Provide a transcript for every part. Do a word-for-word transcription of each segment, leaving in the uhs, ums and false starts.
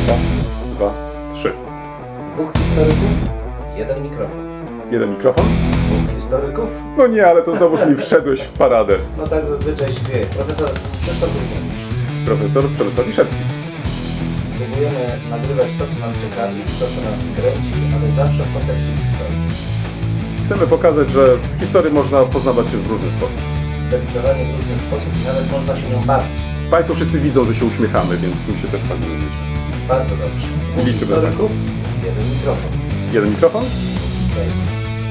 Raz, dwa, trzy. Dwóch historyków, jeden mikrofon. Jeden mikrofon? Dwóch historyków? No nie, ale to znowuż mi wszedłeś w paradę. No tak zazwyczaj się dzieje. Profesor Krzysztof Górniewicz. Profesor Przemysław Wiszewski. Próbujemy nagrywać to, co nas ciekawi, to, co nas kręci, ale zawsze w kontekście historii. Chcemy pokazać, że w historii można poznawać się w różny sposób. Zdecydowanie w różny sposób i nawet można się nią bawić. Państwo wszyscy widzą, że się uśmiechamy, więc my się też bawimy. Bardzo dobrze. Dwóch Liczymy historyków, jeden mikrofon. Jeden mikrofon? Dwóch historyków.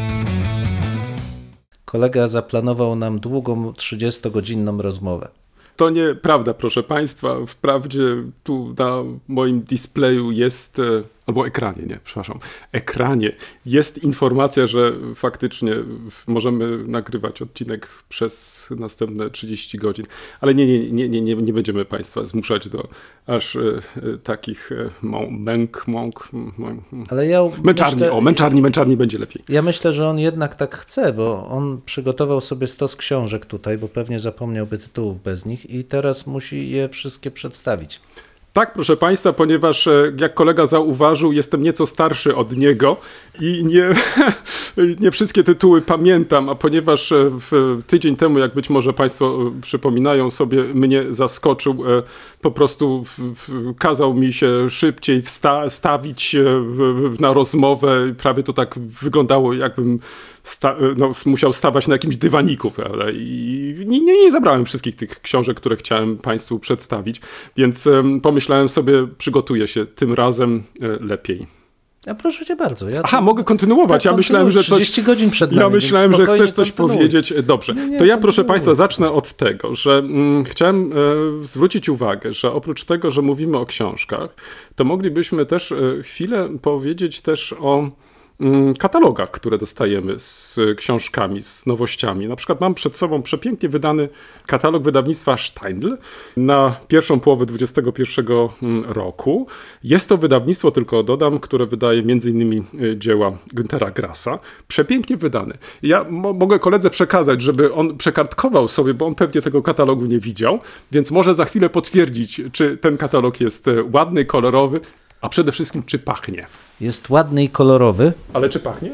Kolega zaplanował nam długą, trzydziestogodzinną rozmowę. To nieprawda, proszę Państwa. Wprawdzie tu na moim displeju jest, albo ekranie, nie, przepraszam, ekranie jest informacja, że faktycznie możemy nagrywać odcinek przez następne trzydzieści godzin, ale nie, nie, nie, nie, nie, nie będziemy Państwa zmuszać do aż e, takich e, męk, mąk, Ale ja męczarni, myślę, o, męczarni, męczarni będzie lepiej. Ja myślę, że on jednak tak chce, bo on przygotował sobie stos książek tutaj, bo pewnie zapomniałby tytułów bez nich i teraz musi je wszystkie przedstawić. Tak, proszę Państwa, ponieważ jak kolega zauważył, jestem nieco starszy od niego i nie, nie wszystkie tytuły pamiętam, a ponieważ w tydzień temu, jak być może Państwo przypominają sobie, mnie zaskoczył, po prostu w, w, kazał mi się szybciej wsta- stawić na rozmowę, prawie to tak wyglądało, jakbym Sta- no, musiał stawać na jakimś dywaniku, prawda? I nie, nie, nie zabrałem wszystkich tych książek, które chciałem Państwu przedstawić, więc um, pomyślałem sobie, przygotuję się tym razem e, lepiej. Ja proszę Cię bardzo. Ja Aha, to... mogę kontynuować. Tak, ja myślałem, że coś... trzydzieści godzin przed nami, Ja myślałem, że chcesz coś kontynuuj. powiedzieć. Dobrze, nie, nie, to ja proszę kontynuuj. Państwa zacznę od tego, że mm, chciałem e, zwrócić uwagę, że oprócz tego, że mówimy o książkach, to moglibyśmy też e, chwilę powiedzieć też o katalogach, które dostajemy z książkami, z nowościami. Na przykład mam przed sobą przepięknie wydany katalog wydawnictwa Steindl na pierwszą połowę dwudziestego pierwszego roku. Jest to wydawnictwo, tylko dodam, które wydaje między innymi dzieła Günthera Grassa. Przepięknie wydany. Ja mo- mogę koledze przekazać, żeby on przekartkował sobie, bo on pewnie tego katalogu nie widział, więc może za chwilę potwierdzić, czy ten katalog jest ładny, kolorowy, a przede wszystkim, czy pachnie. Jest ładny i kolorowy. Ale czy pachnie?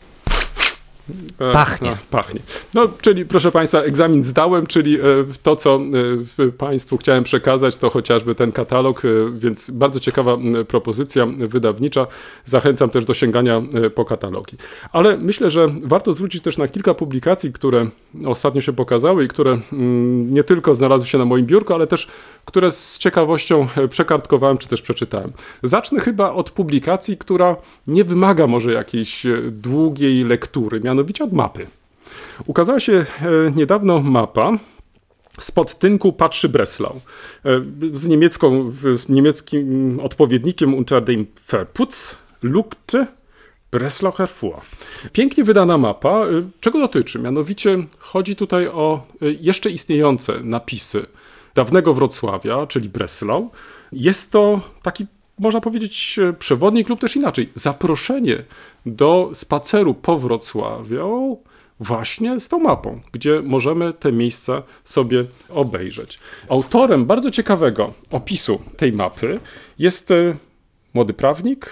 Pachnie. E, no, pachnie. No, czyli proszę Państwa, egzamin zdałem, czyli e, to, co e, Państwu chciałem przekazać, to chociażby ten katalog, e, więc bardzo ciekawa e, propozycja wydawnicza. Zachęcam też do sięgania e, po katalogi. Ale myślę, że warto zwrócić też na kilka publikacji, które ostatnio się pokazały i które mm, nie tylko znalazły się na moim biurku, ale też które z ciekawością przekartkowałem, czy też przeczytałem. Zacznę chyba od publikacji, która nie wymaga może jakiejś długiej lektury, mianowicie od mapy. Ukazała się niedawno mapa Spod tynku patrzy Breslau. Z, niemiecką, z niemieckim odpowiednikiem Unter dem Verputz lugte Breslau hervor. Pięknie wydana mapa. Czego dotyczy? Mianowicie chodzi tutaj o jeszcze istniejące napisy dawnego Wrocławia, czyli Breslau. Jest to taki, można powiedzieć, przewodnik lub też inaczej, zaproszenie do spaceru po Wrocławiu właśnie z tą mapą, gdzie możemy te miejsca sobie obejrzeć. Autorem bardzo ciekawego opisu tej mapy jest młody prawnik,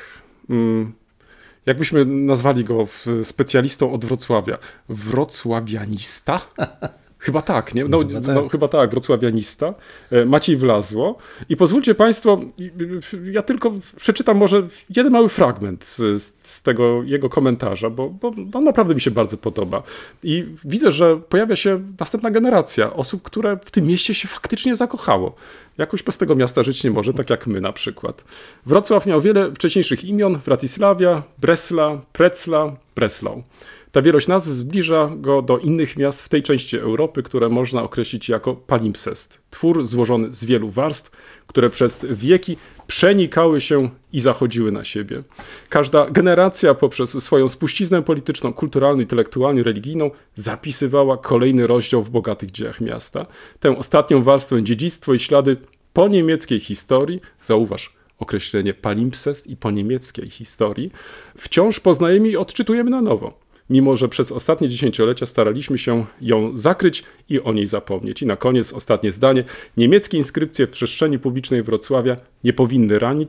jakbyśmy nazwali go specjalistą od Wrocławia, wrocławianista. Chyba tak, nie? No, chyba, tak. no, chyba tak, wrocławianista, Maciej Wlazło. I pozwólcie Państwo, ja tylko przeczytam może jeden mały fragment z, z tego jego komentarza, bo, bo on naprawdę mi się bardzo podoba. I widzę, że pojawia się następna generacja osób, które w tym mieście się faktycznie zakochało. Jakoś bez tego miasta żyć nie może, tak jak my na przykład. Wrocław miał wiele wcześniejszych imion: Wratysławia, Bresla, Precla, Breslau. Ta wielość nazw zbliża go do innych miast w tej części Europy, które można określić jako palimpsest. Twór złożony z wielu warstw, które przez wieki przenikały się i zachodziły na siebie. Każda generacja poprzez swoją spuściznę polityczną, kulturalną, intelektualną, religijną zapisywała kolejny rozdział w bogatych dziejach miasta. Tę ostatnią warstwę, dziedzictwo i ślady po niemieckiej historii, zauważ, określenie palimpsest i po niemieckiej historii, wciąż poznajemy i odczytujemy na nowo. Mimo że przez ostatnie dziesięciolecia staraliśmy się ją zakryć i o niej zapomnieć. I na koniec ostatnie zdanie. Niemieckie inskrypcje w przestrzeni publicznej Wrocławia nie powinny ranić,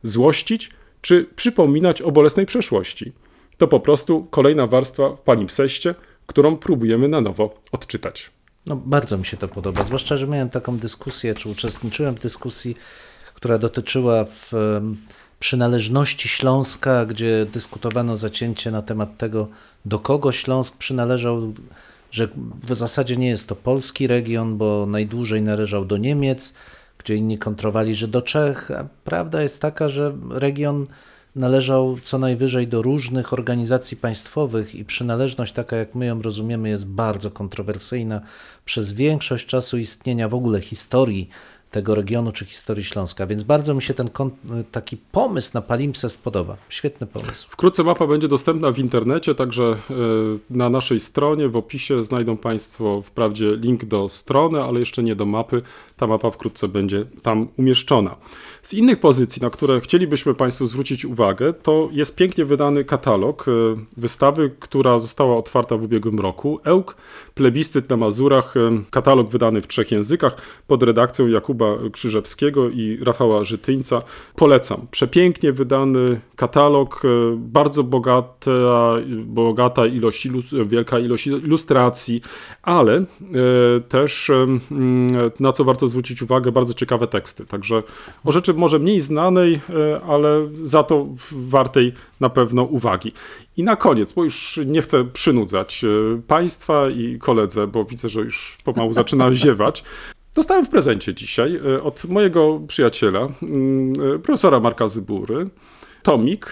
złościć czy przypominać o bolesnej przeszłości. To po prostu kolejna warstwa w palimpseście, którą próbujemy na nowo odczytać. No, bardzo mi się to podoba, zwłaszcza, że miałem taką dyskusję, czy uczestniczyłem w dyskusji, która dotyczyła w przynależności Śląska, gdzie dyskutowano zacięcie na temat tego, do kogo Śląsk przynależał, że w zasadzie nie jest to polski region, bo najdłużej należał do Niemiec, gdzie inni kontrowali, że do Czech. A prawda jest taka, że region należał co najwyżej do różnych organizacji państwowych i przynależność taka, jak my ją rozumiemy, jest bardzo kontrowersyjna przez większość czasu istnienia w ogóle historii tego regionu czy historii Śląska, więc bardzo mi się ten taki pomysł na palimpsest podoba. Świetny pomysł. Wkrótce mapa będzie dostępna w internecie, także na naszej stronie w opisie znajdą Państwo wprawdzie link do strony, ale jeszcze nie do mapy. Ta mapa wkrótce będzie tam umieszczona. Z innych pozycji, na które chcielibyśmy Państwu zwrócić uwagę, to jest pięknie wydany katalog wystawy, która została otwarta w ubiegłym roku. Ełk, plebiscyt na Mazurach, katalog wydany w trzech językach pod redakcją Jakuba Krzyżewskiego i Rafała Żytyńca. Polecam. Przepięknie wydany katalog, bardzo bogata, bogata ilość, wielka ilość ilustracji, ale też, na co warto zwrócić uwagę, bardzo ciekawe teksty. Także o rzeczy może mniej znanej, ale za to wartej na pewno uwagi. I na koniec, bo już nie chcę przynudzać Państwa i koledze, bo widzę, że już pomału zaczyna ziewać. Dostałem w prezencie dzisiaj od mojego przyjaciela, profesora Marka Zybury, tomik,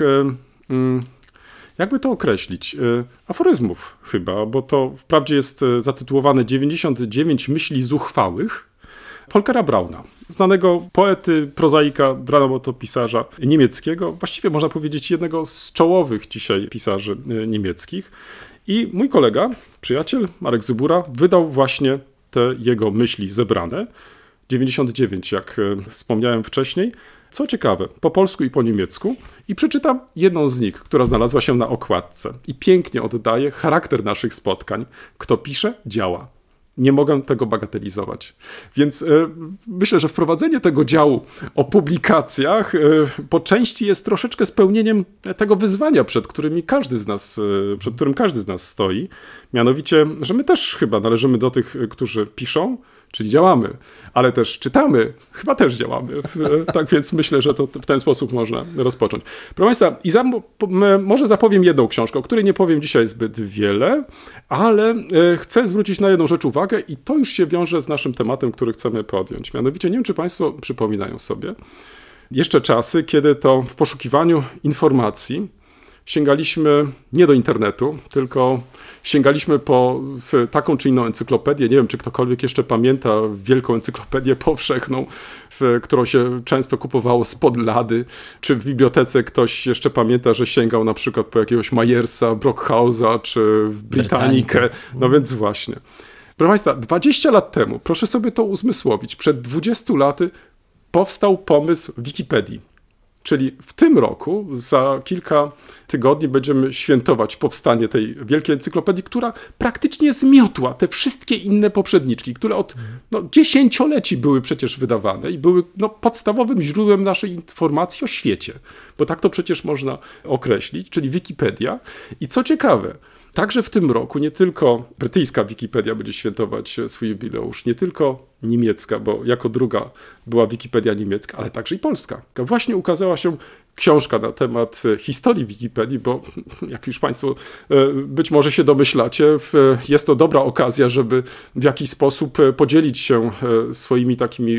jakby to określić, aforyzmów chyba, bo to wprawdzie jest zatytułowane dziewięćdziesiąt dziewięć myśli zuchwałych Volkera Brauna, znanego poety, prozaika, dramatopisarza niemieckiego, właściwie można powiedzieć jednego z czołowych dzisiaj pisarzy niemieckich. I mój kolega, przyjaciel Marek Zybura wydał właśnie te jego myśli zebrane, dziewięćdziesiąt dziewięć, jak wspomniałem wcześniej. Co ciekawe, po polsku i po niemiecku, i przeczytam jedną z nich, która znalazła się na okładce i pięknie oddaje charakter naszych spotkań. Kto pisze, działa. Nie mogę tego bagatelizować. Więc y, myślę, że wprowadzenie tego działu o publikacjach y, po części jest troszeczkę spełnieniem tego wyzwania, przed którymi każdy z nas, y, przed którym każdy z nas stoi. Mianowicie, że my też chyba należymy do tych, którzy piszą, czyli działamy, ale też czytamy, chyba też działamy. Tak więc myślę, że to w ten sposób można rozpocząć. Proszę Państwa, i za, może zapowiem jedną książkę, o której nie powiem dzisiaj zbyt wiele, ale chcę zwrócić na jedną rzecz uwagę i to już się wiąże z naszym tematem, który chcemy podjąć. Mianowicie, nie wiem, czy Państwo przypominają sobie jeszcze czasy, kiedy to w poszukiwaniu informacji sięgaliśmy nie do internetu, tylko sięgaliśmy po taką czy inną encyklopedię. Nie wiem, czy ktokolwiek jeszcze pamięta wielką encyklopedię powszechną, w, którą się często kupowało spod lady, czy w bibliotece ktoś jeszcze pamięta, że sięgał na przykład po jakiegoś Myersa, Brockhausa, czy Britannikę. No więc właśnie. Proszę Państwa, dwadzieścia lat temu, proszę sobie to uzmysłowić, przed dwudziestu laty powstał pomysł Wikipedii. Czyli w tym roku, za kilka tygodni będziemy świętować powstanie tej wielkiej encyklopedii, która praktycznie zmiotła te wszystkie inne poprzedniczki, które od no, dziesięcioleci były przecież wydawane i były no, podstawowym źródłem naszej informacji o świecie, bo tak to przecież można określić, czyli Wikipedia. I co ciekawe, także w tym roku nie tylko brytyjska Wikipedia będzie świętować swój jubileusz, nie tylko niemiecka, bo jako druga była Wikipedia niemiecka, ale także i polska. Właśnie ukazała się książka na temat historii Wikipedii, bo jak już Państwo być może się domyślacie, jest to dobra okazja, żeby w jakiś sposób podzielić się swoimi takimi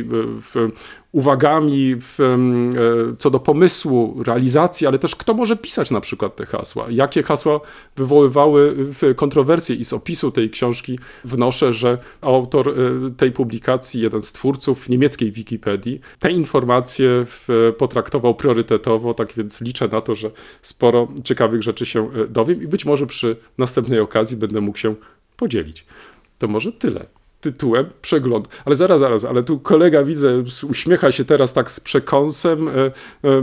uwagami w, co do pomysłu, realizacji, ale też kto może pisać na przykład te hasła. Jakie hasła wywoływały kontrowersje i z opisu tej książki wnoszę, że autor tej publikacji, jeden z twórców niemieckiej Wikipedii, te informacje w, potraktował priorytetowo, tak więc liczę na to, że sporo ciekawych rzeczy się dowiem i być może przy następnej okazji będę mógł się podzielić. To może tyle tytułem przeglądu. Ale zaraz, zaraz, ale tu kolega widzę, uśmiecha się teraz tak z przekąsem, e, e, e,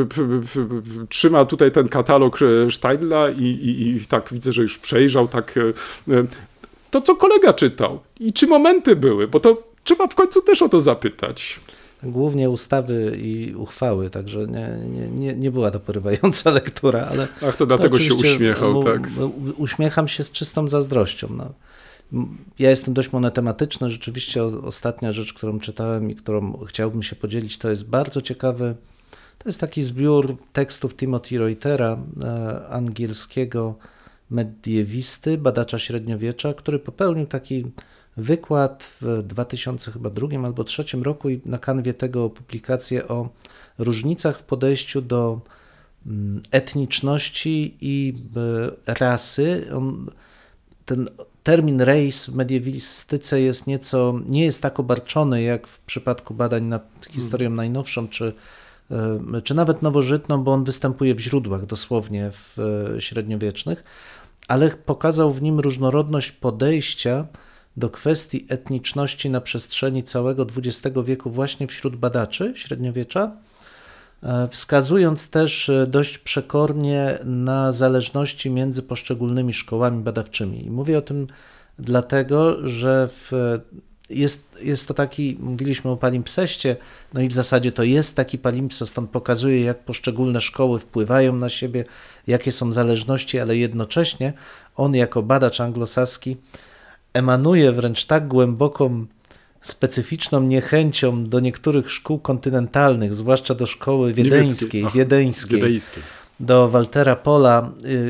e, trzyma tutaj ten katalog Steidla i, i, i tak widzę, że już przejrzał tak e, e, to, co kolega czytał i czy momenty były, bo to trzeba w końcu też o to zapytać. Głównie ustawy i uchwały, także nie, nie, nie, nie była to porywająca lektura, ale... Ach, to dlatego to się uśmiechał, mu, tak? Uśmiecham się z czystą zazdrością. No. Ja jestem dość monotematyczny, rzeczywiście ostatnia rzecz, którą czytałem i którą chciałbym się podzielić, to jest bardzo ciekawy, to jest taki zbiór tekstów Timothy Reutera, angielskiego mediewisty, badacza średniowiecza, który popełnił taki wykład w dwa tysiące drugim albo dwa tysiące trzecim roku i na kanwie tego publikację o różnicach w podejściu do etniczności i rasy. On, ten termin race w mediewistyce jest nieco, nie jest tak obarczony jak w przypadku badań nad historią najnowszą, czy, czy nawet nowożytną, bo on występuje w źródłach dosłownie w średniowiecznych, ale pokazał w nim różnorodność podejścia do kwestii etniczności na przestrzeni całego dwudziestego wieku właśnie wśród badaczy średniowiecza, wskazując też dość przekornie na zależności między poszczególnymi szkołami badawczymi. I mówię o tym dlatego, że w, jest, jest to taki, mówiliśmy o palimpseście, no i w zasadzie to jest taki palimpsest, on pokazuje, jak poszczególne szkoły wpływają na siebie, jakie są zależności, ale jednocześnie on jako badacz anglosaski emanuje wręcz tak głęboką, specyficzną niechęcią do niektórych szkół kontynentalnych, zwłaszcza do szkoły wiedeńskiej, Ach, wiedeńskiej, wiedeńskiej, do Waltera Pola.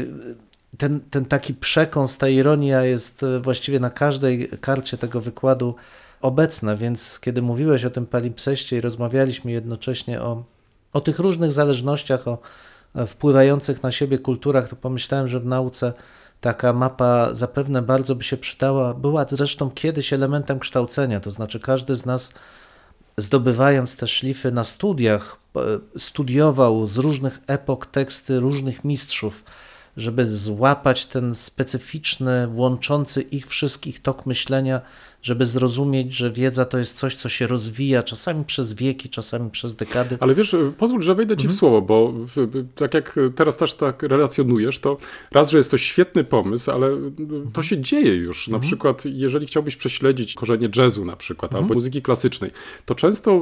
Ten, ten taki przekąs, ta ironia jest właściwie na każdej karcie tego wykładu obecna, więc kiedy mówiłeś o tym palimpseście i rozmawialiśmy jednocześnie o, o tych różnych zależnościach, o wpływających na siebie kulturach, to pomyślałem, że w nauce taka mapa zapewne bardzo by się przydała. Była zresztą kiedyś elementem kształcenia, to znaczy każdy z nas, zdobywając te szlify na studiach, studiował z różnych epok teksty różnych mistrzów, żeby złapać ten specyficzny, łączący ich wszystkich tok myślenia, żeby zrozumieć, że wiedza to jest coś, co się rozwija, czasami przez wieki, czasami przez dekady. Ale wiesz, pozwól, że wejdę ci Mhm. w słowo, bo tak jak teraz też tak relacjonujesz, to raz, że jest to świetny pomysł, ale to się dzieje już. Na Mhm. przykład, jeżeli chciałbyś prześledzić korzenie jazzu na przykład, Mhm. albo muzyki klasycznej, to często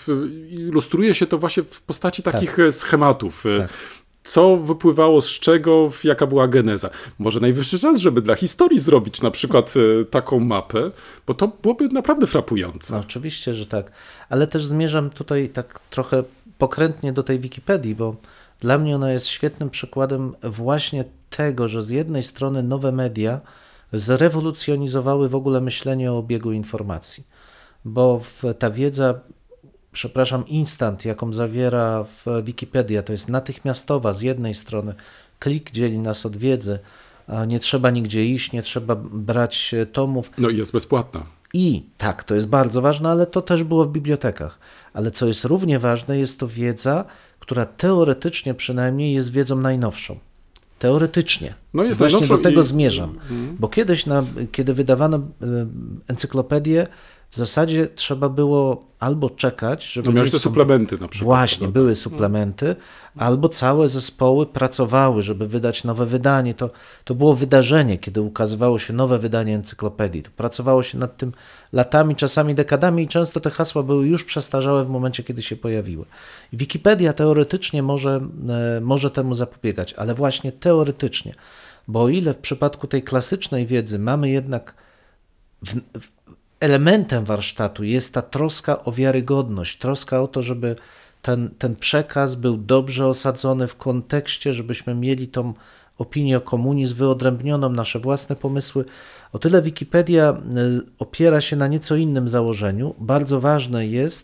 ilustruje się to właśnie w postaci takich tak. schematów. Tak. Co wypływało z czego, jaka była geneza. Może najwyższy czas, żeby dla historii zrobić na przykład taką mapę, bo to byłoby naprawdę frapujące. No, oczywiście, że tak. Ale też zmierzam tutaj tak trochę pokrętnie do tej Wikipedii, bo dla mnie ona jest świetnym przykładem właśnie tego, że z jednej strony nowe media zrewolucjonizowały w ogóle myślenie o obiegu informacji, bo w, ta wiedza przepraszam, instant, jaką zawiera w Wikipedia, to jest natychmiastowa z jednej strony, klik dzieli nas od wiedzy, nie trzeba nigdzie iść, nie trzeba brać tomów. No i jest bezpłatna. I tak, to jest bardzo ważne, ale to też było w bibliotekach. Ale co jest równie ważne, jest to wiedza, która teoretycznie przynajmniej jest wiedzą najnowszą. Teoretycznie. No jest Właśnie do tego i... zmierzam. Mm. Bo kiedyś, na, kiedy wydawano encyklopedię, w zasadzie trzeba było albo czekać, żeby no miałeś mieć te suplementy na przykład. Właśnie, no. były suplementy, albo całe zespoły pracowały, żeby wydać nowe wydanie. To, to było wydarzenie, kiedy ukazywało się nowe wydanie encyklopedii. To pracowało się nad tym latami, czasami dekadami i często te hasła były już przestarzałe w momencie, kiedy się pojawiły. Wikipedia teoretycznie może, może temu zapobiegać, ale właśnie teoretycznie, bo o ile w przypadku tej klasycznej wiedzy mamy jednak w, w, elementem warsztatu jest ta troska o wiarygodność, troska o to, żeby ten, ten przekaz był dobrze osadzony w kontekście, żebyśmy mieli tą opinię o komunizm wyodrębnioną, nasze własne pomysły. O tyle Wikipedia opiera się na nieco innym założeniu. Bardzo ważne jest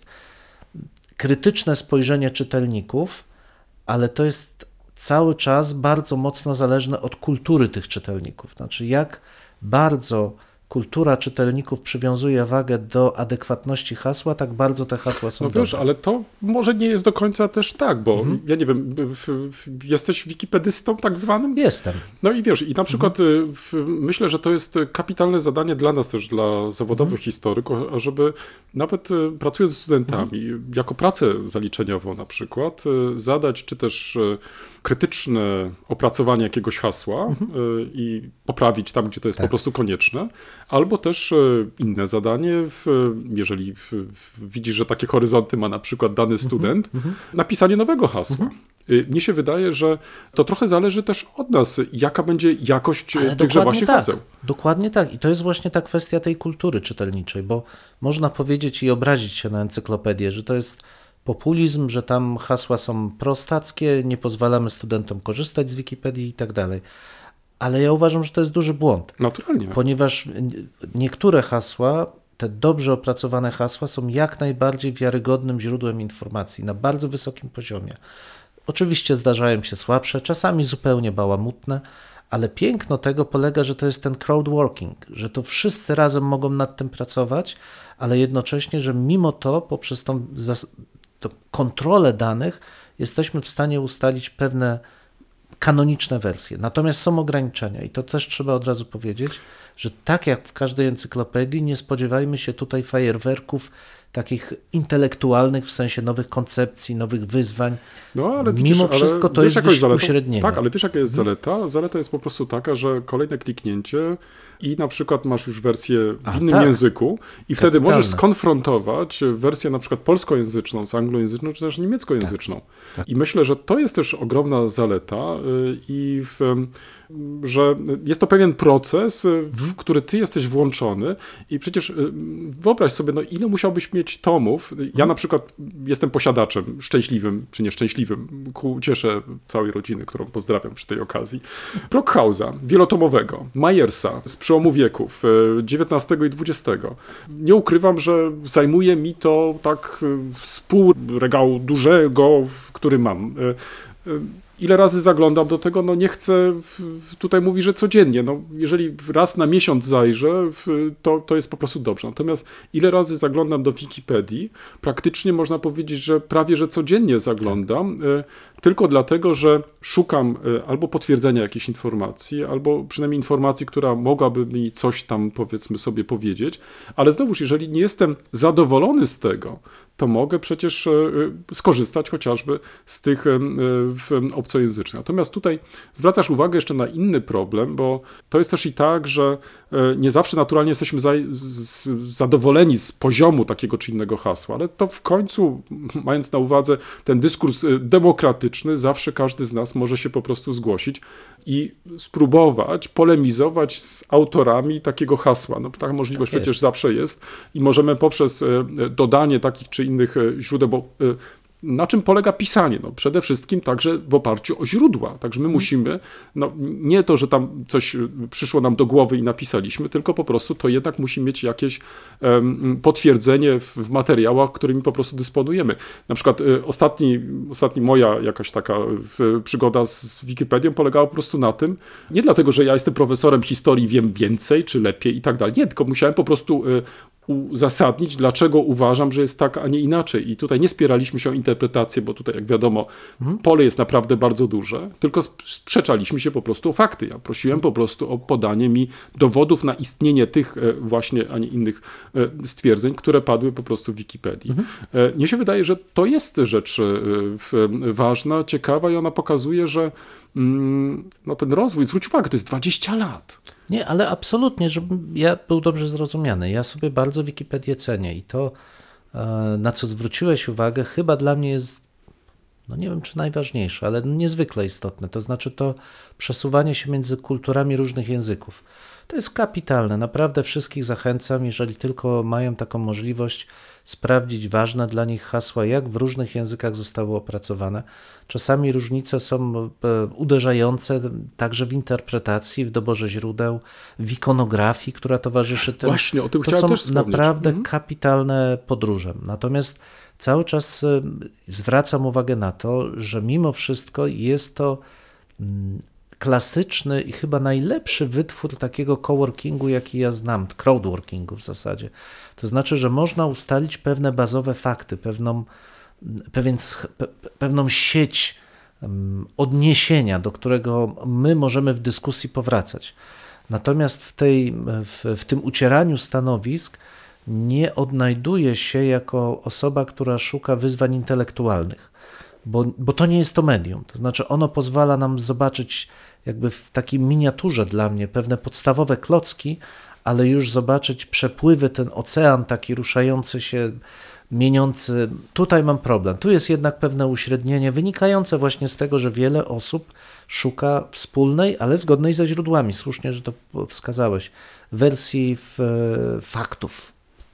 krytyczne spojrzenie czytelników, ale to jest cały czas bardzo mocno zależne od kultury tych czytelników. Znaczy, jak bardzo kultura czytelników przywiązuje wagę do adekwatności hasła, tak bardzo te hasła są No wiesz, dobre. ale to może nie jest do końca też tak, bo Mhm. ja nie wiem, w, w, jesteś wikipedystą tak zwanym? Jestem. No i wiesz, i na przykład Mhm. w, myślę, że to jest kapitalne zadanie dla nas też, dla zawodowych Mhm. historyków, ażeby nawet pracując z studentami, mhm. jako pracę zaliczeniową na przykład, zadać, czy też krytyczne opracowanie jakiegoś hasła mhm. i poprawić tam, gdzie to jest tak. po prostu konieczne, albo też inne zadanie, jeżeli widzisz, że takie horyzonty ma na przykład dany student, mhm. napisanie nowego hasła. Mhm. Mnie się wydaje, że to trochę zależy też od nas, jaka będzie jakość Ale tychże właśnie tak, haseł. Dokładnie tak. I to jest właśnie ta kwestia tej kultury czytelniczej, bo można powiedzieć i obrazić się na encyklopedię, że to jest populizm, że tam hasła są prostackie, nie pozwalamy studentom korzystać z Wikipedii i tak dalej. Ale ja uważam, że to jest duży błąd. Naturalnie. Ponieważ niektóre hasła, te dobrze opracowane hasła są jak najbardziej wiarygodnym źródłem informacji na bardzo wysokim poziomie. Oczywiście zdarzają się słabsze, czasami zupełnie bałamutne, ale piękno tego polega, że to jest ten crowdworking, że to wszyscy razem mogą nad tym pracować, ale jednocześnie, że mimo to poprzez tą, tą kontrolę danych jesteśmy w stanie ustalić pewne kanoniczne wersje. Natomiast są ograniczenia i to też trzeba od razu powiedzieć, że tak jak w każdej encyklopedii nie spodziewajmy się tutaj fajerwerków takich intelektualnych, w sensie nowych koncepcji, nowych wyzwań. No, ale widzisz, Mimo wszystko ale to jest gdzieś zaletą, uśrednienie. Tak, ale wiesz jaka jest zaleta? Zaleta jest po prostu taka, że kolejne kliknięcie i na przykład masz już wersję w A, innym tak. języku i wtedy Kapitalne. możesz skonfrontować wersję na przykład polskojęzyczną z anglojęzyczną, czy też niemieckojęzyczną. Tak, tak. I myślę, że to jest też ogromna zaleta i w, że jest to pewien proces, w który ty jesteś włączony i przecież wyobraź sobie, no ile musiałbyś mieć tomów. Ja na przykład jestem posiadaczem szczęśliwym, czy nieszczęśliwym, ku cieszę całej rodziny, którą pozdrawiam przy tej okazji, Brockhausa, wielotomowego, Myersa z przełomu wieków dziewiętnastego i dwudziestego. Nie ukrywam, że zajmuje mi to tak z pół regału dużego, który mam. Ile razy zaglądam do tego, no nie chcę, tutaj mówi, że codziennie, no jeżeli raz na miesiąc zajrzę, to, to jest po prostu dobrze. Natomiast ile razy zaglądam do Wikipedii, praktycznie można powiedzieć, że prawie, że codziennie zaglądam, tylko dlatego, że szukam albo potwierdzenia jakiejś informacji, albo przynajmniej informacji, która mogłaby mi coś tam, powiedzmy sobie, powiedzieć, ale znowuż, jeżeli nie jestem zadowolony z tego, to mogę przecież skorzystać chociażby z tych obcojęzycznych. Natomiast tutaj zwracasz uwagę jeszcze na inny problem, bo to jest też i tak, że nie zawsze naturalnie jesteśmy za, z, zadowoleni z poziomu takiego czy innego hasła, ale to w końcu, mając na uwadze ten dyskurs demokratyczny, zawsze każdy z nas może się po prostu zgłosić i spróbować polemizować z autorami takiego hasła. No, taka możliwość tak przecież jest. Zawsze jest i możemy poprzez dodanie takich czy innych źródeł, bo na czym polega pisanie? No, przede wszystkim także w oparciu o źródła. Także my musimy, no, nie to, że tam coś przyszło nam do głowy i napisaliśmy, tylko po prostu to jednak musi mieć jakieś um, potwierdzenie w, w materiałach, którymi po prostu dysponujemy. Na przykład y, ostatni, ostatni moja jakaś taka y, przygoda z Wikipedią polegała po prostu na tym, nie dlatego, że ja jestem profesorem historii, wiem więcej czy lepiej i tak dalej, nie, tylko musiałem po prostu y, uzasadnić, dlaczego uważam, że jest tak, a nie inaczej. I tutaj nie spieraliśmy się o interpretację, bo tutaj, jak wiadomo, mhm. pole jest naprawdę bardzo duże, tylko sprzeczaliśmy się po prostu o fakty. Ja prosiłem po prostu o podanie mi dowodów na istnienie tych właśnie, a nie innych stwierdzeń, które padły po prostu w Wikipedii. Mhm. Mnie się wydaje, że to jest rzecz ważna, ciekawa i ona pokazuje, że no ten rozwój, zwróć uwagę, to jest dwadzieścia lat. Nie, ale absolutnie, żebym ja był dobrze zrozumiany. Ja sobie bardzo Wikipedię cenię i to, na co zwróciłeś uwagę, chyba dla mnie jest, no nie wiem czy najważniejsze, ale niezwykle istotne. To znaczy to przesuwanie się między kulturami różnych języków. To jest kapitalne. Naprawdę wszystkich zachęcam, jeżeli tylko mają taką możliwość, sprawdzić ważne dla nich hasła, jak w różnych językach zostały opracowane. Czasami różnice są uderzające także w interpretacji, w doborze źródeł, w ikonografii, która towarzyszy tym. Właśnie, o tym to chciałem są też wspomnieć. naprawdę mhm. kapitalne podróże. Natomiast cały czas zwracam uwagę na to, że mimo wszystko jest to klasyczny i chyba najlepszy wytwór takiego coworkingu, jaki ja znam, crowdworkingu w zasadzie. To znaczy, że można ustalić pewne bazowe fakty, pewną, pewien, pe, pewną sieć um, odniesienia, do którego my możemy w dyskusji powracać. Natomiast w, tej, w, w tym ucieraniu stanowisk nie odnajduje się jako osoba, która szuka wyzwań intelektualnych, bo, bo to nie jest to medium. To znaczy ono pozwala nam zobaczyć jakby w takiej miniaturze dla mnie pewne podstawowe klocki, ale już zobaczyć przepływy, ten ocean taki ruszający się, mieniący. Tutaj mam problem. Tu jest jednak pewne uśrednienie wynikające właśnie z tego, że wiele osób szuka wspólnej, ale zgodnej ze źródłami, słusznie, że to wskazałeś, wersji w, faktów.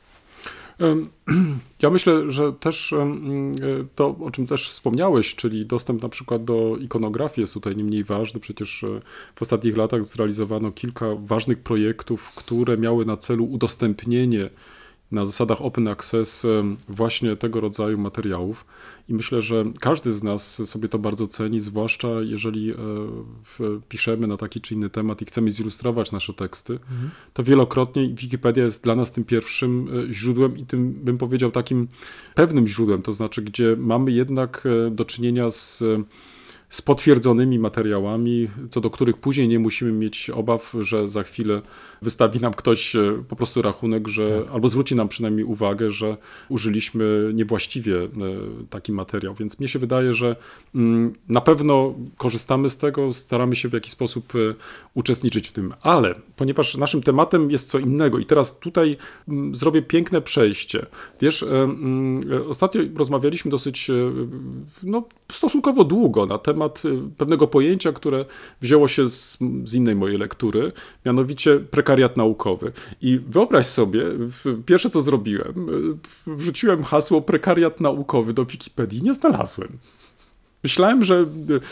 Ja myślę, że też to, o czym też wspomniałeś, czyli dostęp na przykład do ikonografii jest tutaj nie mniej ważny. Przecież w ostatnich latach zrealizowano kilka ważnych projektów, które miały na celu udostępnienie na zasadach open access właśnie tego rodzaju materiałów. I myślę, że każdy z nas sobie to bardzo ceni, zwłaszcza jeżeli piszemy na taki czy inny temat i chcemy zilustrować nasze teksty, mhm. to wielokrotnie Wikipedia jest dla nas tym pierwszym źródłem i tym, bym powiedział, takim pewnym źródłem, to znaczy, gdzie mamy jednak do czynienia z z potwierdzonymi materiałami, co do których później nie musimy mieć obaw, że za chwilę wystawi nam ktoś po prostu rachunek, że tak. albo zwróci nam przynajmniej uwagę, że użyliśmy niewłaściwie taki materiał. Więc mnie się wydaje, że na pewno korzystamy z tego, staramy się w jakiś sposób uczestniczyć w tym. Ale ponieważ naszym tematem jest co innego i teraz tutaj zrobię piękne przejście. Wiesz, ostatnio rozmawialiśmy dosyć no, stosunkowo długo na temat pewnego pojęcia, które wzięło się z, z innej mojej lektury, mianowicie prekariat naukowy. I wyobraź sobie, pierwsze co zrobiłem, wrzuciłem hasło prekariat naukowy do Wikipedii i nie znalazłem. Myślałem, że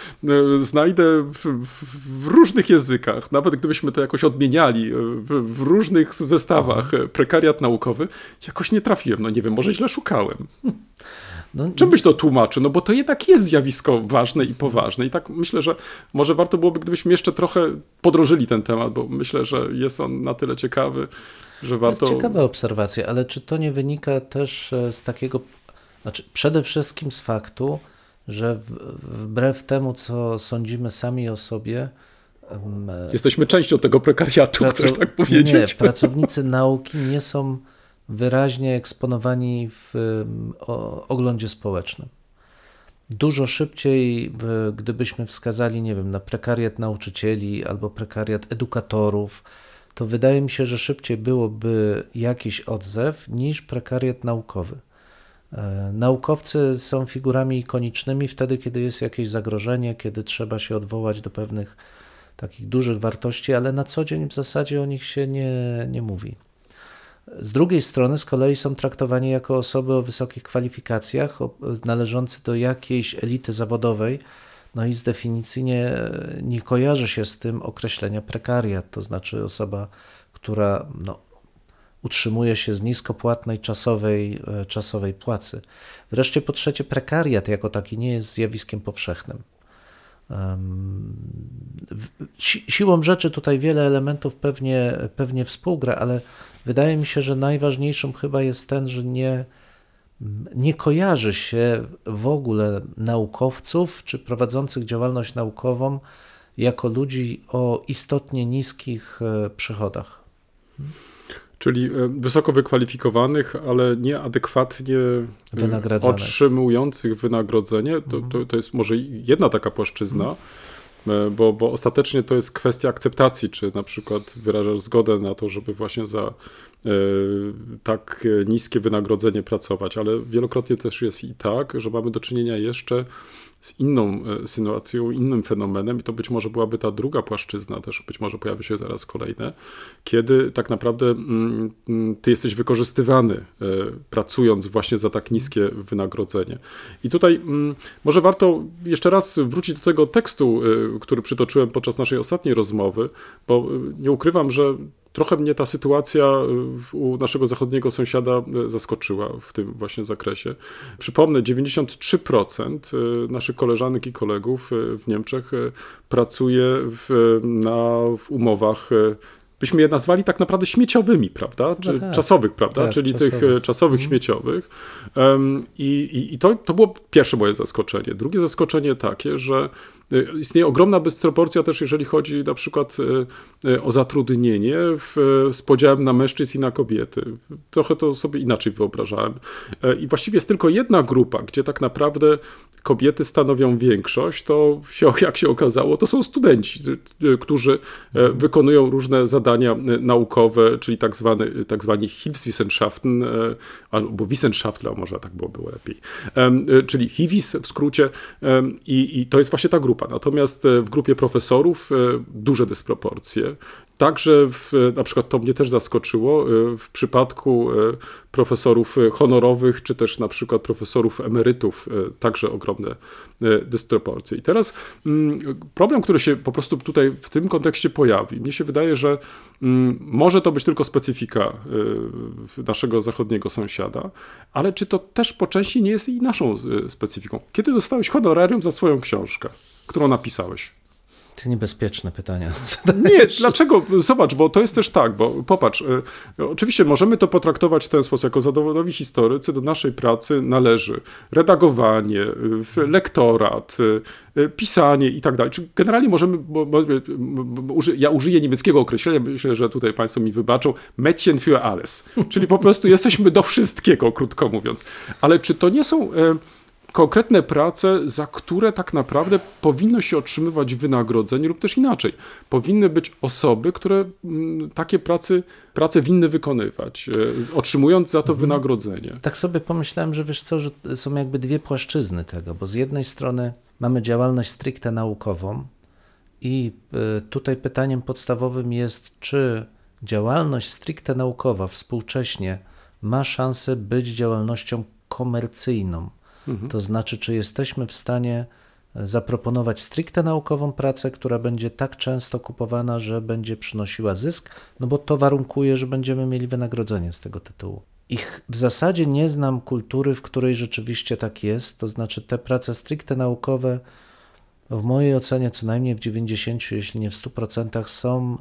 znajdę w, w różnych językach, nawet gdybyśmy to jakoś odmieniali, w, w różnych zestawach prekariat naukowy, jakoś nie trafiłem. No nie wiem, może źle szukałem. No, czym byś to tłumaczył? No bo to jednak jest zjawisko ważne i poważne. I tak myślę, że może warto byłoby, gdybyśmy jeszcze trochę podrożyli ten temat, bo myślę, że jest on na tyle ciekawy, że warto... To jest ciekawa obserwacja, ale czy to nie wynika też z takiego, znaczy przede wszystkim z faktu, że w, wbrew temu, co sądzimy sami o sobie... Jesteśmy częścią tego prekariatu, praco- chcesz tak powiedzieć? Nie, pracownicy nauki nie są wyraźnie eksponowani w o, oglądzie społecznym. Dużo szybciej, gdybyśmy wskazali, nie wiem, na prekariat nauczycieli albo prekariat edukatorów, to wydaje mi się, że szybciej byłoby jakiś odzew niż prekariat naukowy. Naukowcy są figurami ikonicznymi wtedy, kiedy jest jakieś zagrożenie, kiedy trzeba się odwołać do pewnych takich dużych wartości, ale na co dzień w zasadzie o nich się nie, nie mówi. Z drugiej strony z kolei są traktowani jako osoby o wysokich kwalifikacjach, należące do jakiejś elity zawodowej, no i z definicji nie, nie kojarzy się z tym określenia prekariat, to znaczy osoba, która no, utrzymuje się z niskopłatnej czasowej, czasowej płacy. Wreszcie po trzecie, prekariat jako taki nie jest zjawiskiem powszechnym. Um, si- siłą rzeczy tutaj wiele elementów pewnie, pewnie współgra, ale wydaje mi się, że najważniejszym chyba jest ten, że nie, nie kojarzy się w ogóle naukowców czy prowadzących działalność naukową jako ludzi o istotnie niskich przychodach. Czyli wysoko wykwalifikowanych, ale nieadekwatnie otrzymujących wynagrodzenie. To, to, to jest może jedna taka płaszczyzna, bo, bo ostatecznie to jest kwestia akceptacji, czy na przykład wyrażasz zgodę na to, żeby właśnie za e, tak niskie wynagrodzenie pracować, ale wielokrotnie też jest i tak, że mamy do czynienia jeszcze z inną sytuacją, innym fenomenem i to być może byłaby ta druga płaszczyzna, też być może pojawi się zaraz kolejne, kiedy tak naprawdę mm, ty jesteś wykorzystywany y, pracując właśnie za tak niskie wynagrodzenie. I tutaj mm, może warto jeszcze raz wrócić do tego tekstu, y, który przytoczyłem podczas naszej ostatniej rozmowy, bo y, nie ukrywam, że trochę mnie ta sytuacja u naszego zachodniego sąsiada zaskoczyła w tym właśnie zakresie. Przypomnę, dziewięćdziesiąt trzy procent naszych koleżanek i kolegów w Niemczech pracuje w, na, w umowach, byśmy je nazwali tak naprawdę śmieciowymi, prawda? Czy, no tak, czasowych, prawda? tak, Czyli czasowych. tych czasowych, mm. śmieciowych. Um, I i, i to, to było pierwsze moje zaskoczenie. Drugie zaskoczenie takie, że Istnieje ogromna dysproporcja też, jeżeli chodzi na przykład o zatrudnienie w, z podziałem na mężczyzn i na kobiety. Trochę to sobie inaczej wyobrażałem. I właściwie jest tylko jedna grupa, gdzie tak naprawdę kobiety stanowią większość, to się, jak się okazało, to są studenci, którzy wykonują różne zadania naukowe, czyli tak, zwany, tak zwani Hilfswissenschaften, albo Wissenschaftler, może tak byłoby lepiej, czyli H I W I S w skrócie, i, i to jest właśnie ta grupa. Natomiast w grupie profesorów duże dysproporcje. Także w, na przykład to mnie też zaskoczyło w przypadku profesorów honorowych, czy też na przykład profesorów emerytów, także ogromne dysproporcje. I teraz problem, który się po prostu tutaj w tym kontekście pojawi, mnie się wydaje, że może to być tylko specyfika naszego zachodniego sąsiada, ale czy to też po części nie jest i naszą specyfiką? Kiedy dostałeś honorarium za swoją książkę, którą napisałeś? To niebezpieczne pytania. Nie, dlaczego? Zobacz, bo to jest też tak, bo popatrz, y, oczywiście możemy to potraktować w ten sposób, jako zawodowi historycy do naszej pracy należy redagowanie, y, lektorat, y, pisanie i tak dalej. Czy generalnie możemy, bo, bo, bo, uży, ja użyję niemieckiego określenia, myślę, że tutaj państwo mi wybaczą, Mädchen für alles, czyli po prostu jesteśmy do wszystkiego, krótko mówiąc. Ale czy to nie są... Y, konkretne prace, za które tak naprawdę powinno się otrzymywać wynagrodzenie lub też inaczej. Powinny być osoby, które takie prace, prace winny wykonywać, otrzymując za to wynagrodzenie. Tak sobie pomyślałem, że wiesz co, że są jakby dwie płaszczyzny tego, bo z jednej strony mamy działalność stricte naukową i tutaj pytaniem podstawowym jest, czy działalność stricte naukowa współcześnie ma szansę być działalnością komercyjną. Mhm. To znaczy, czy jesteśmy w stanie zaproponować stricte naukową pracę, która będzie tak często kupowana, że będzie przynosiła zysk, no bo to warunkuje, że będziemy mieli wynagrodzenie z tego tytułu. I w zasadzie nie znam kultury, w której rzeczywiście tak jest, to znaczy te prace stricte naukowe w mojej ocenie co najmniej w dziewięćdziesięciu, jeśli nie w stu procentach są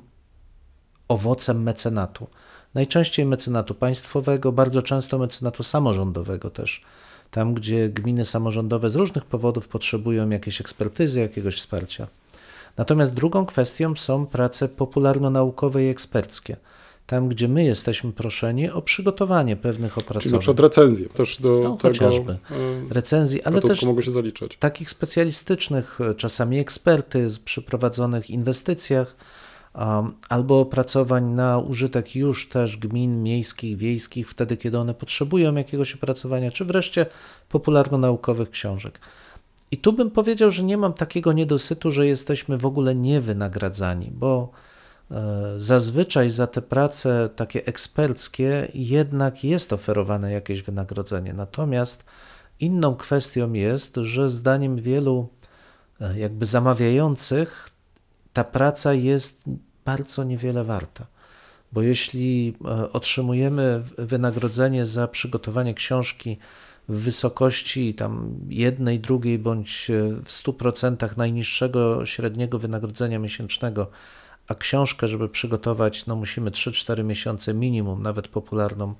owocem mecenatu. Najczęściej mecenatu państwowego, bardzo często mecenatu samorządowego też. Tam, gdzie gminy samorządowe z różnych powodów potrzebują jakiejś ekspertyzy, jakiegoś wsparcia. Natomiast drugą kwestią są prace popularno-naukowe i eksperckie. Tam, gdzie my jesteśmy proszeni o przygotowanie pewnych opracowań. Czyli na przykład recenzje też do no, tego chociażby. Recenzji, ale też mogą się zaliczać. Takich specjalistycznych, czasami ekspertyz przy prowadzonych inwestycjach, Um, albo opracowań na użytek już też gmin miejskich, wiejskich, wtedy kiedy one potrzebują jakiegoś opracowania, czy wreszcie popularno-naukowych książek. I tu bym powiedział, że nie mam takiego niedosytu, że jesteśmy w ogóle niewynagradzani, bo e, zazwyczaj za te prace takie eksperckie jednak jest oferowane jakieś wynagrodzenie. Natomiast inną kwestią jest, że zdaniem wielu e, jakby zamawiających ta praca jest bardzo niewiele warta, bo jeśli otrzymujemy wynagrodzenie za przygotowanie książki w wysokości tam jednej, drugiej bądź w stu procentach najniższego średniego wynagrodzenia miesięcznego, a książkę, żeby przygotować, no musimy trzy cztery miesiące minimum, nawet popularną,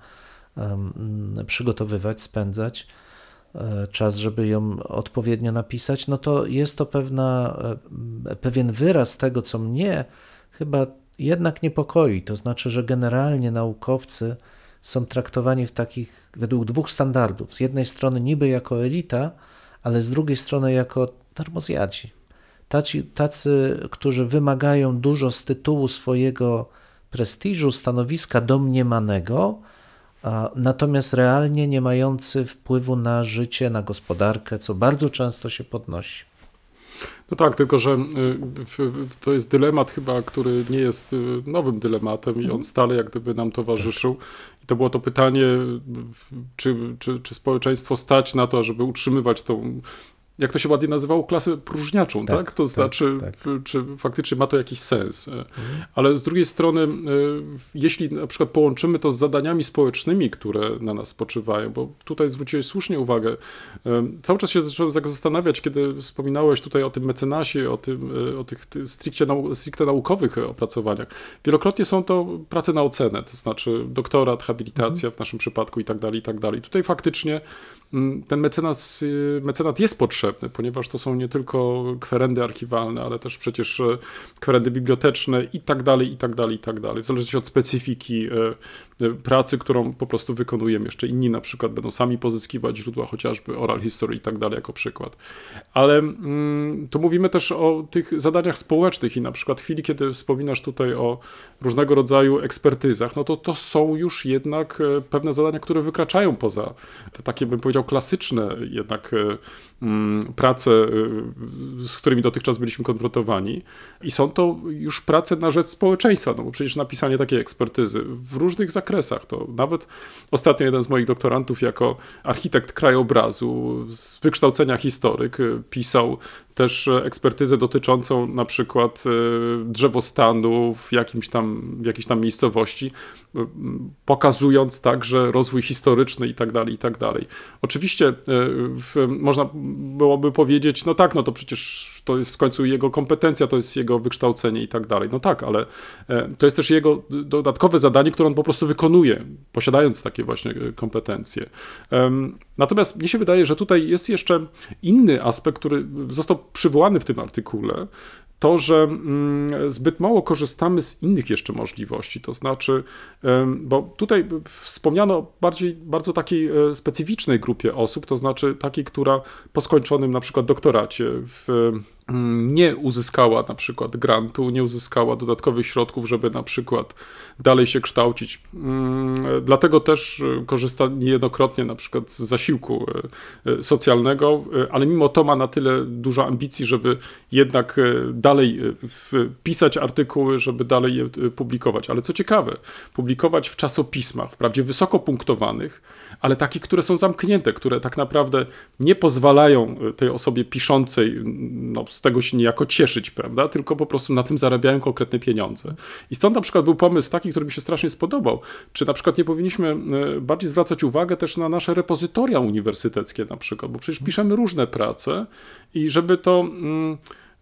um, przygotowywać, spędzać, czas, żeby ją odpowiednio napisać, no to jest to pewna, pewien wyraz tego, co mnie chyba jednak niepokoi. To znaczy, że generalnie naukowcy są traktowani w takich, według dwóch standardów. Z jednej strony niby jako elita, ale z drugiej strony jako darmozjadzi. Tacy, tacy, którzy wymagają dużo z tytułu swojego prestiżu, stanowiska domniemanego, natomiast realnie nie mający wpływu na życie, na gospodarkę, co bardzo często się podnosi. No tak, tylko że to jest dylemat chyba, który nie jest nowym dylematem i on stale jak gdyby nam towarzyszył. I to było to pytanie, czy, czy, czy społeczeństwo stać na to, żeby utrzymywać tą, jak to się ładnie nazywało, klasę próżniaczą, tak? tak? To tak, znaczy, tak. czy faktycznie ma to jakiś sens. Mhm. Ale z drugiej strony, jeśli na przykład połączymy to z zadaniami społecznymi, które na nas spoczywają, bo tutaj zwróciłeś słusznie uwagę, cały czas się zacząłem zastanawiać, kiedy wspominałeś tutaj o tym mecenasie, o, tym, o tych stricte, nau, stricte naukowych opracowaniach. Wielokrotnie są to prace na ocenę, to znaczy doktorat, habilitacja mhm. w naszym przypadku i tak dalej, i tak dalej. Tutaj faktycznie ten mecenas, mecenat jest potrzebny, ponieważ to są nie tylko kwerendy archiwalne, ale też przecież kwerendy biblioteczne i tak dalej, i tak dalej, i tak dalej. W zależności od specyfiki pracy, którą po prostu wykonujemy. Jeszcze inni na przykład będą sami pozyskiwać źródła, chociażby oral history i tak dalej jako przykład. Ale mm, tu mówimy też o tych zadaniach społecznych i na przykład w chwili, kiedy wspominasz tutaj o różnego rodzaju ekspertyzach, no to to są już jednak pewne zadania, które wykraczają poza te takie, bym powiedział, klasyczne jednak mm, prace, z którymi dotychczas byliśmy konfrontowani i są to już prace na rzecz społeczeństwa, no bo przecież napisanie takiej ekspertyzy w różnych zakresach, to nawet ostatnio jeden z moich doktorantów jako architekt krajobrazu z wykształcenia historyk pisał też ekspertyzę dotyczącą na przykład drzewostanu w jakimś tam, w jakiejś tam miejscowości, pokazując także rozwój historyczny i tak dalej, i tak dalej. Oczywiście w, można byłoby powiedzieć, no tak, no to przecież to jest w końcu jego kompetencja, to jest jego wykształcenie i tak dalej. No tak, ale to jest też jego dodatkowe zadanie, które on po prostu wykonuje, posiadając takie właśnie kompetencje. Natomiast mnie się wydaje, że tutaj jest jeszcze inny aspekt, który został przywołany w tym artykule, to, że zbyt mało korzystamy z innych jeszcze możliwości, to znaczy, bo tutaj wspomniano o bardziej, bardzo takiej specyficznej grupie osób, to znaczy takiej, która po skończonym na przykład doktoracie w, nie uzyskała na przykład grantu, nie uzyskała dodatkowych środków, żeby na przykład dalej się kształcić. Dlatego też korzysta niejednokrotnie na przykład z zasiłku socjalnego, ale mimo to ma na tyle dużo ambicji, żeby jednak dalej pisać artykuły, żeby dalej je publikować. Ale co ciekawe, publikować w czasopismach, wprawdzie wysoko punktowanych, ale takich, które są zamknięte, które tak naprawdę nie pozwalają tej osobie piszącej no, z tego się niejako cieszyć, prawda? Tylko po prostu na tym zarabiają konkretne pieniądze. I stąd na przykład był pomysł taki, który mi się strasznie spodobał. Czy na przykład nie powinniśmy bardziej zwracać uwagę też na nasze repozytoria uniwersyteckie na przykład, bo przecież piszemy różne prace i żeby to mm,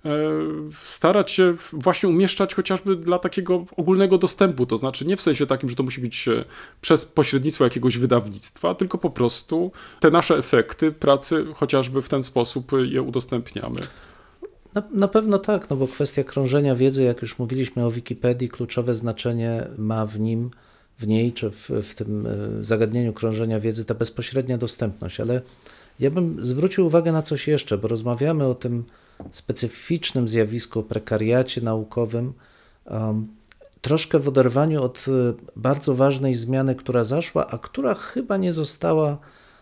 starać się właśnie umieszczać chociażby dla takiego ogólnego dostępu, to znaczy nie w sensie takim, że to musi być przez pośrednictwo jakiegoś wydawnictwa, tylko po prostu te nasze efekty pracy chociażby w ten sposób je udostępniamy. Na, na pewno tak, no bo kwestia krążenia wiedzy, jak już mówiliśmy o Wikipedii, kluczowe znaczenie ma w nim, w niej, czy w, w tym zagadnieniu krążenia wiedzy ta bezpośrednia dostępność, ale ja bym zwrócił uwagę na coś jeszcze, bo rozmawiamy o tym specyficznym zjawisku, o prekariacie naukowym, um, troszkę w oderwaniu od bardzo ważnej zmiany, która zaszła, a która chyba nie została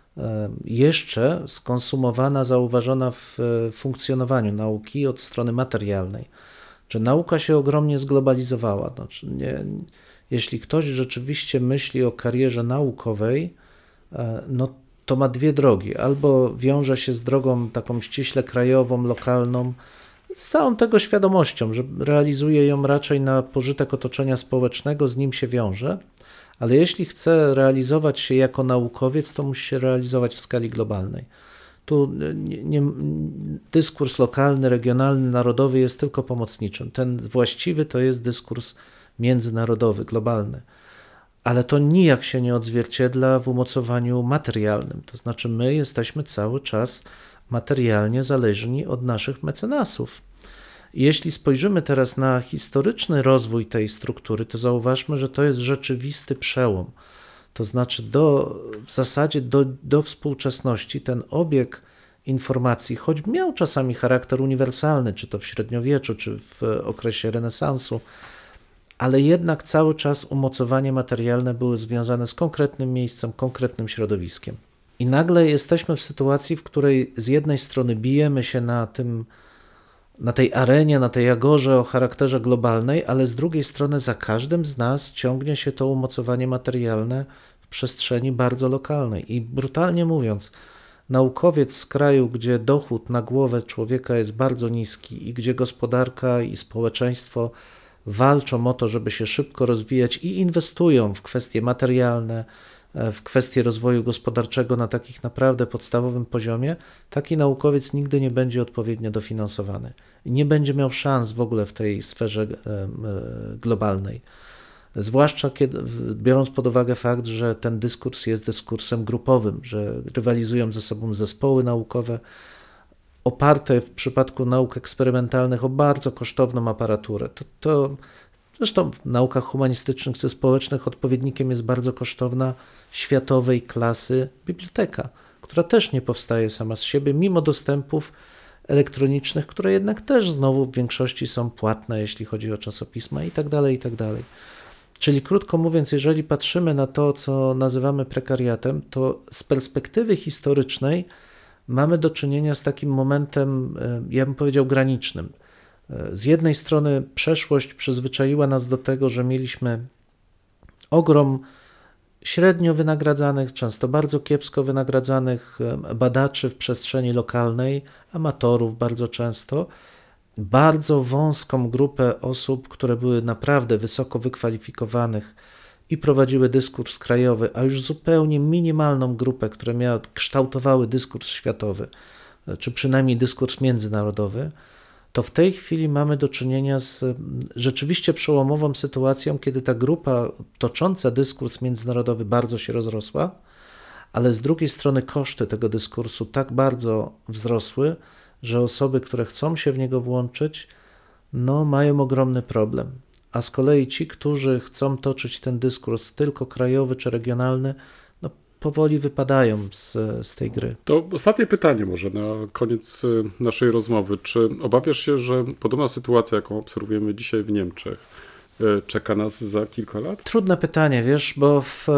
jeszcze skonsumowana, zauważona w funkcjonowaniu nauki od strony materialnej. Że nauka się ogromnie zglobalizowała. Znaczy nie, jeśli ktoś rzeczywiście myśli o karierze naukowej, no to ma dwie drogi. Albo wiąże się z drogą taką ściśle krajową, lokalną, z całą tego świadomością, że realizuje ją raczej na pożytek otoczenia społecznego, z nim się wiąże, ale jeśli chce realizować się jako naukowiec, to musi się realizować w skali globalnej. Tu nie, nie, dyskurs lokalny, regionalny, narodowy jest tylko pomocniczym. Ten właściwy to jest dyskurs międzynarodowy, globalny. Ale to nijak się nie odzwierciedla w umocowaniu materialnym. To znaczy my jesteśmy cały czas materialnie zależni od naszych mecenasów. Jeśli spojrzymy teraz na historyczny rozwój tej struktury, to zauważmy, że to jest rzeczywisty przełom. To znaczy do, w zasadzie do, do współczesności ten obieg informacji, choć miał czasami charakter uniwersalny, czy to w średniowieczu, czy w okresie renesansu, ale jednak cały czas umocowania materialne były związane z konkretnym miejscem, konkretnym środowiskiem. I nagle jesteśmy w sytuacji, w której z jednej strony bijemy się na tym, na tej arenie, na tej agorze o charakterze globalnej, ale z drugiej strony za każdym z nas ciągnie się to umocowanie materialne w przestrzeni bardzo lokalnej. I brutalnie mówiąc, naukowiec z kraju, gdzie dochód na głowę człowieka jest bardzo niski i gdzie gospodarka i społeczeństwo walczą o to, żeby się szybko rozwijać i inwestują w kwestie materialne, w kwestie rozwoju gospodarczego na takich naprawdę podstawowym poziomie, taki naukowiec nigdy nie będzie odpowiednio dofinansowany i nie będzie miał szans w ogóle w tej sferze globalnej. Zwłaszcza kiedy, biorąc pod uwagę fakt, że ten dyskurs jest dyskursem grupowym, że rywalizują ze sobą zespoły naukowe, oparte w przypadku nauk eksperymentalnych o bardzo kosztowną aparaturę. To, to zresztą w naukach humanistycznych czy społecznych odpowiednikiem jest bardzo kosztowna światowej klasy biblioteka, która też nie powstaje sama z siebie, mimo dostępów elektronicznych, które jednak też znowu w większości są płatne, jeśli chodzi o czasopisma i tak dalej, i tak dalej. Czyli krótko mówiąc, jeżeli patrzymy na to, co nazywamy prekariatem, to z perspektywy historycznej mamy do czynienia z takim momentem, ja bym powiedział, granicznym. Z jednej strony przeszłość przyzwyczaiła nas do tego, że mieliśmy ogrom średnio wynagradzanych, często bardzo kiepsko wynagradzanych badaczy w przestrzeni lokalnej, amatorów bardzo często, bardzo wąską grupę osób, które były naprawdę wysoko wykwalifikowanych i prowadziły dyskurs krajowy, a już zupełnie minimalną grupę, które miały, kształtowały dyskurs światowy, czy przynajmniej dyskurs międzynarodowy, to w tej chwili mamy do czynienia z rzeczywiście przełomową sytuacją, kiedy ta grupa tocząca dyskurs międzynarodowy bardzo się rozrosła, ale z drugiej strony koszty tego dyskursu tak bardzo wzrosły, że osoby, które chcą się w niego włączyć, no, mają ogromny problem. A z kolei ci, którzy chcą toczyć ten dyskurs tylko krajowy czy regionalny, no, powoli wypadają z, z tej gry. To ostatnie pytanie może na koniec naszej rozmowy. Czy obawiasz się, że podobna sytuacja, jaką obserwujemy dzisiaj w Niemczech, czeka nas za kilka lat? Trudne pytanie, wiesz, bo w,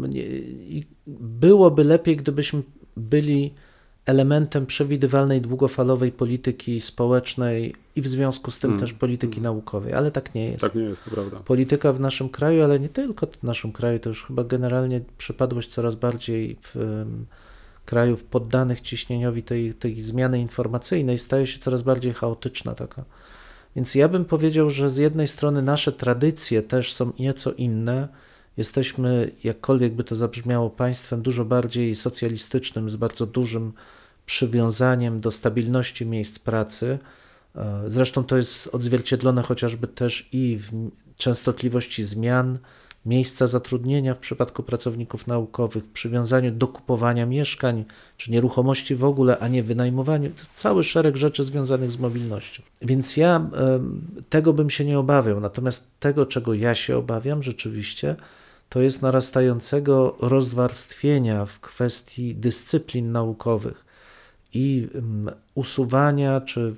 byłoby lepiej, gdybyśmy byli elementem przewidywalnej, długofalowej polityki społecznej i w związku z tym hmm. też polityki hmm. naukowej, ale tak nie jest. Tak nie jest, to prawda. Polityka w naszym kraju, ale nie tylko w naszym kraju, to już chyba generalnie przypadłość coraz bardziej w um, krajów poddanych ciśnieniowi tej, tej zmiany informacyjnej staje się coraz bardziej chaotyczna taka. Więc ja bym powiedział, że z jednej strony nasze tradycje też są nieco inne. Jesteśmy, jakkolwiek by to zabrzmiało, państwem dużo bardziej socjalistycznym, z bardzo dużym przywiązaniem do stabilności miejsc pracy. Zresztą to jest odzwierciedlone chociażby też i w częstotliwości zmian miejsca zatrudnienia w przypadku pracowników naukowych, w przywiązaniu do kupowania mieszkań czy nieruchomości w ogóle, a nie wynajmowaniu. To cały szereg rzeczy związanych z mobilnością. Więc ja tego bym się nie obawiał. Natomiast tego, czego ja się obawiam rzeczywiście, to jest narastającego rozwarstwienia w kwestii dyscyplin naukowych i usuwania czy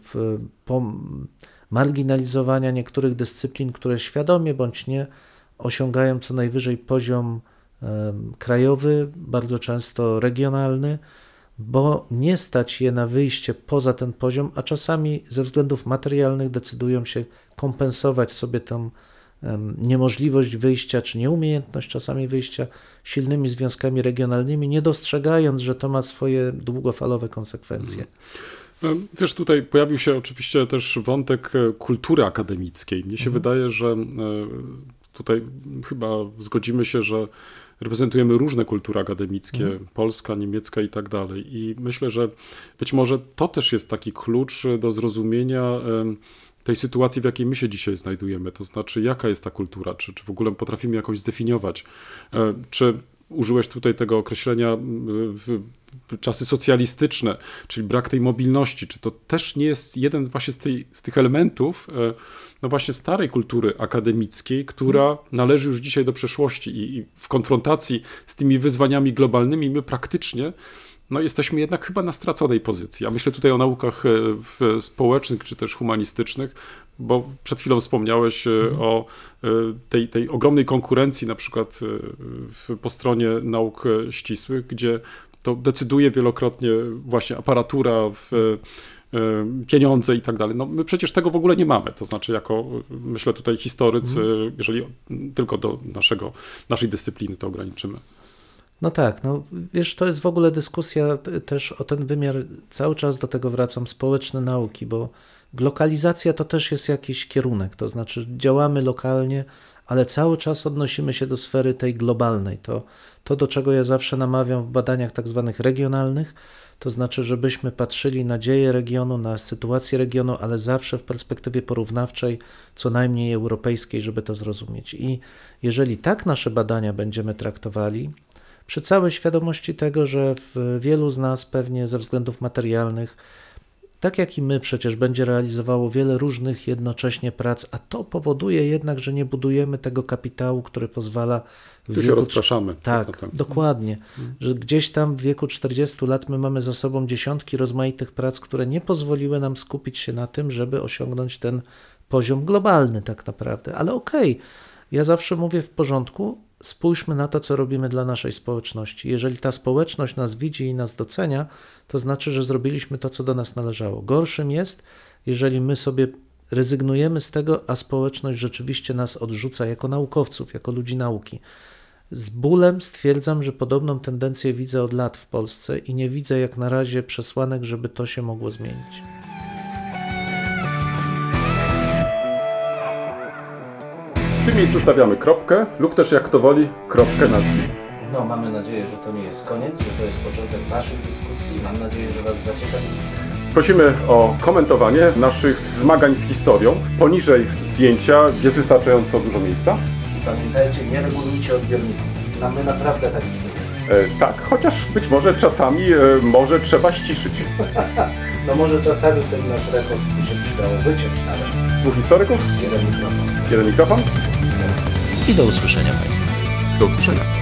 marginalizowania niektórych dyscyplin, które świadomie bądź nie osiągają co najwyżej poziom krajowy, bardzo często regionalny, bo nie stać je na wyjście poza ten poziom, a czasami ze względów materialnych decydują się kompensować sobie tą niemożliwość wyjścia, czy nieumiejętność czasami wyjścia silnymi związkami regionalnymi, nie dostrzegając, że to ma swoje długofalowe konsekwencje. Wiesz, tutaj pojawił się oczywiście też wątek kultury akademickiej. Mnie się mhm. wydaje, że tutaj chyba zgodzimy się, że reprezentujemy różne kultury akademickie, mhm. polska, niemiecka i tak dalej. I myślę, że być może to też jest taki klucz do zrozumienia tej sytuacji, w jakiej my się dzisiaj znajdujemy. To znaczy, jaka jest ta kultura, czy, czy w ogóle potrafimy jakoś zdefiniować. Czy użyłeś tutaj tego określenia w czasy socjalistyczne, czyli brak tej mobilności, czy to też nie jest jeden właśnie z, tej, z tych elementów no właśnie starej kultury akademickiej, która hmm. należy już dzisiaj do przeszłości i, i w konfrontacji z tymi wyzwaniami globalnymi my praktycznie no jesteśmy jednak chyba na straconej pozycji. Ja myślę tutaj o naukach społecznych czy też humanistycznych, bo przed chwilą wspomniałeś mhm. o tej, tej ogromnej konkurencji na przykład w, po stronie nauk ścisłych, gdzie to decyduje wielokrotnie właśnie aparatura, w, pieniądze i tak dalej. No my przecież tego w ogóle nie mamy. To znaczy jako, myślę tutaj historycy, mhm. jeżeli tylko do naszego, naszej dyscypliny to ograniczymy. No tak, no wiesz, to jest w ogóle dyskusja też o ten wymiar, cały czas do tego wracam, społeczne nauki, bo Lokalizacja to też jest jakiś kierunek, to znaczy działamy lokalnie, ale cały czas odnosimy się do sfery tej globalnej. To, to do czego ja zawsze namawiam w badaniach tak zwanych regionalnych, to znaczy, żebyśmy patrzyli na dzieje regionu, na sytuację regionu, ale zawsze w perspektywie porównawczej, co najmniej europejskiej, żeby to zrozumieć. I jeżeli tak nasze badania będziemy traktowali, przy całej świadomości tego, że w wielu z nas pewnie ze względów materialnych, tak jak i my przecież będzie realizowało wiele różnych jednocześnie prac, a to powoduje jednak, że nie budujemy tego kapitału, który pozwala w Tu się wieku... rozpraszamy. Tak, To, to, to. dokładnie, że gdzieś tam w wieku czterdziestu lat my mamy za sobą dziesiątki rozmaitych prac, które nie pozwoliły nam skupić się na tym, żeby osiągnąć ten poziom globalny tak naprawdę. Ale okej, okay, ja zawsze mówię w porządku, spójrzmy na to, co robimy dla naszej społeczności. Jeżeli ta społeczność nas widzi i nas docenia, to znaczy, że zrobiliśmy to, co do nas należało. Gorszym jest, jeżeli my sobie rezygnujemy z tego, a społeczność rzeczywiście nas odrzuca jako naukowców, jako ludzi nauki. Z bólem stwierdzam, że podobną tendencję widzę od lat w Polsce i nie widzę jak na razie przesłanek, żeby to się mogło zmienić. W tym miejscu stawiamy kropkę lub też jak kto woli kropkę nad i. No, mamy nadzieję, że to nie jest koniec, że to jest początek naszych dyskusji. Mam nadzieję, że Was zaciekawi. Prosimy o komentowanie naszych zmagań z historią. Poniżej zdjęcia jest wystarczająco dużo miejsca. I pamiętajcie, nie regulujcie odbiorników. No, my naprawdę tak brzmimy. E, tak, chociaż być może czasami e, może trzeba ściszyć. No może czasami ten nasz rekord by się przydało wyciąć nawet. Dwóch historyków, Jeden mikrofon. jeden mikrofon. Historyk. I do usłyszenia Państwa. Do usłyszenia.